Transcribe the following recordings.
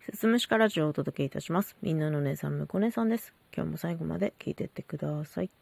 すすむしかラジオをお届けいたします。みんなの姉さん、むこ姉さんです。今日も最後まで聞いてってください。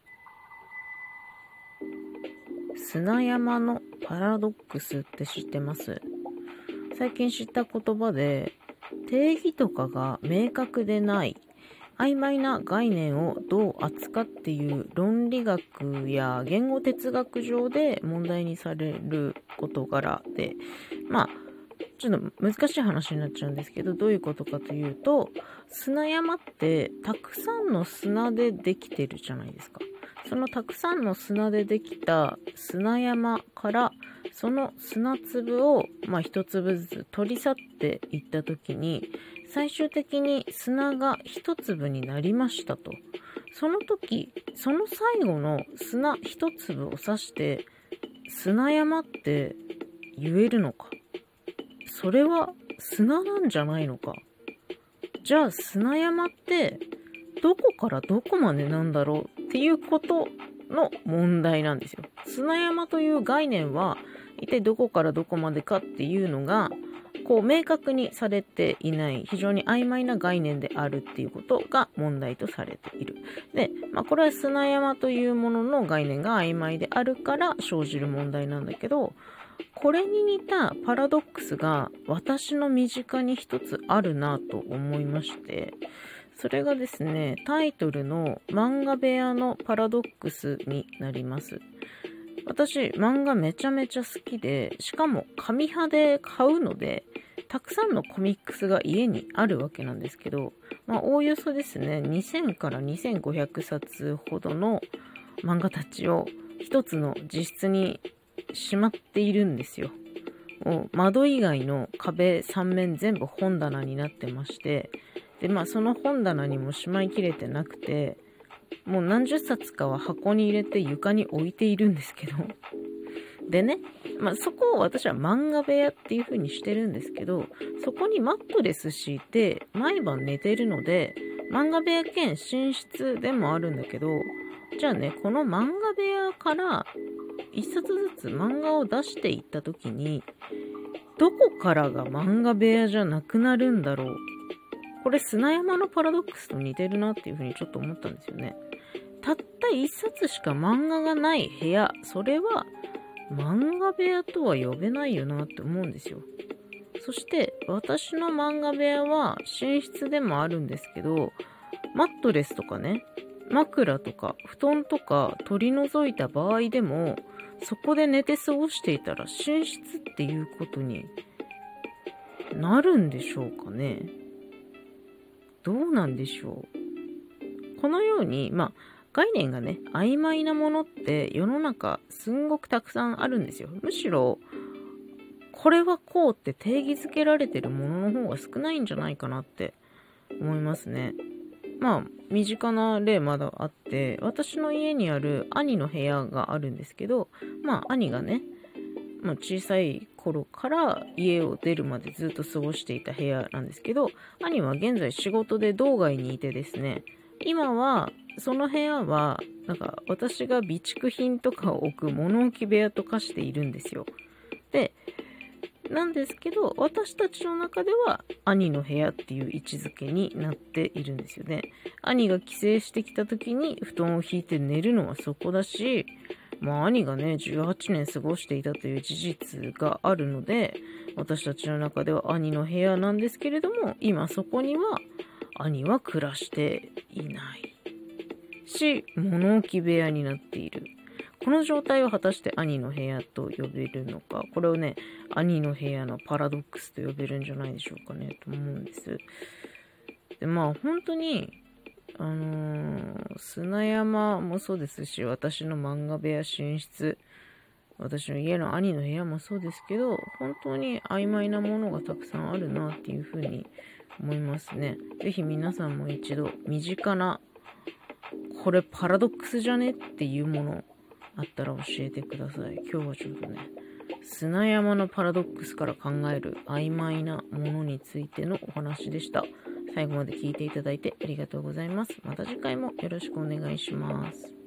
砂山のパラドックスって知ってます？最近知った言葉で、定義とかが明確でない曖昧な概念をどう扱っていう論理学や言語哲学上で問題にされる事柄で、ちょっと難しい話になっちゃうんですけど、どういうことかというと、砂山ってたくさんの砂でできてるじゃないですか。そのたくさんの砂でできた砂山からその砂粒を一粒ずつ取り去っていったときに、最終的に砂が一粒になりましたと。その時、その最後の砂一粒を指して砂山って言えるのか。それは砂なんじゃないのか。じゃあ砂山ってどこからどこまでなんだろうっていうことの問題なんですよ。砂山という概念は一体どこからどこまでかっていうのが明確にされていない非常に曖昧な概念であるっていうことが問題とされている。で、これは砂山というものの概念が曖昧であるから生じる問題なんだけど、これに似たパラドックスが私の身近に一つあるなと思いまして、それがですね、タイトルの漫画部屋のパラドックスになります。私、漫画めちゃめちゃ好きで、しかも紙派で買うので、たくさんのコミックスが家にあるわけなんですけど、おおよそですね、2000から2500冊ほどの漫画たちを一つの自室にしまっているんですよ。もう窓以外の壁3面全部本棚になってまして、でその本棚にもしまいきれてなくて、もう何十冊かは箱に入れて床に置いているんですけど、でね、そこを私は漫画部屋っていう風にしてるんですけど、そこにマットレス敷いて毎晩寝てるので、漫画部屋兼寝室でもあるんだけど、じゃあね、この漫画部屋から一冊ずつ漫画を出していったときに、どこからが漫画部屋じゃなくなるんだろう。これ砂山のパラドックスと似てるなっていうふうにちょっと思ったんですよね。たった一冊しか漫画がない部屋、それは漫画部屋とは呼べないよなって思うんですよ。そして私の漫画部屋は寝室でもあるんですけど、マットレスとかね、枕とか布団とか取り除いた場合でも、そこで寝て過ごしていたら寝室っていうことになるんでしょうかね。どうなんでしょう。このように概念がね曖昧なものって世の中すんごくたくさんあるんですよ。むしろこれはこうって定義づけられてるものの方が少ないんじゃないかなって思いますね。身近な例まだあって、私の家にある兄の部屋があるんですけど、兄がね、小さい頃から家を出るまでずっと過ごしていた部屋なんですけど、兄は現在仕事で道外にいてですね、今はその部屋は私が備蓄品とかを置く物置部屋と化しているんですよ。で、なんですけど、私たちの中では兄の部屋っていう位置づけになっているんですよね。兄が帰省してきた時に布団を引いて寝るのはそこだし、兄がね、18年過ごしていたという事実があるので、私たちの中では兄の部屋なんですけれども、今そこには兄は暮らしていないし、物置部屋になっている。この状態を果たして兄の部屋と呼べるのか、これをね、兄の部屋のパラドックスと呼べるんじゃないでしょうかね、と思うんです。で、本当に、砂山もそうですし、私の漫画部屋寝室、私の家の兄の部屋もそうですけど、本当に曖昧なものがたくさんあるなっていうふうに思いますね。ぜひ皆さんも一度身近な、これパラドックスじゃねっていうものあったら教えてください。今日はちょっとね、砂山のパラドックスから考える曖昧なものについてのお話でした。最後まで聞いていただいてありがとうございます。また次回もよろしくお願いします。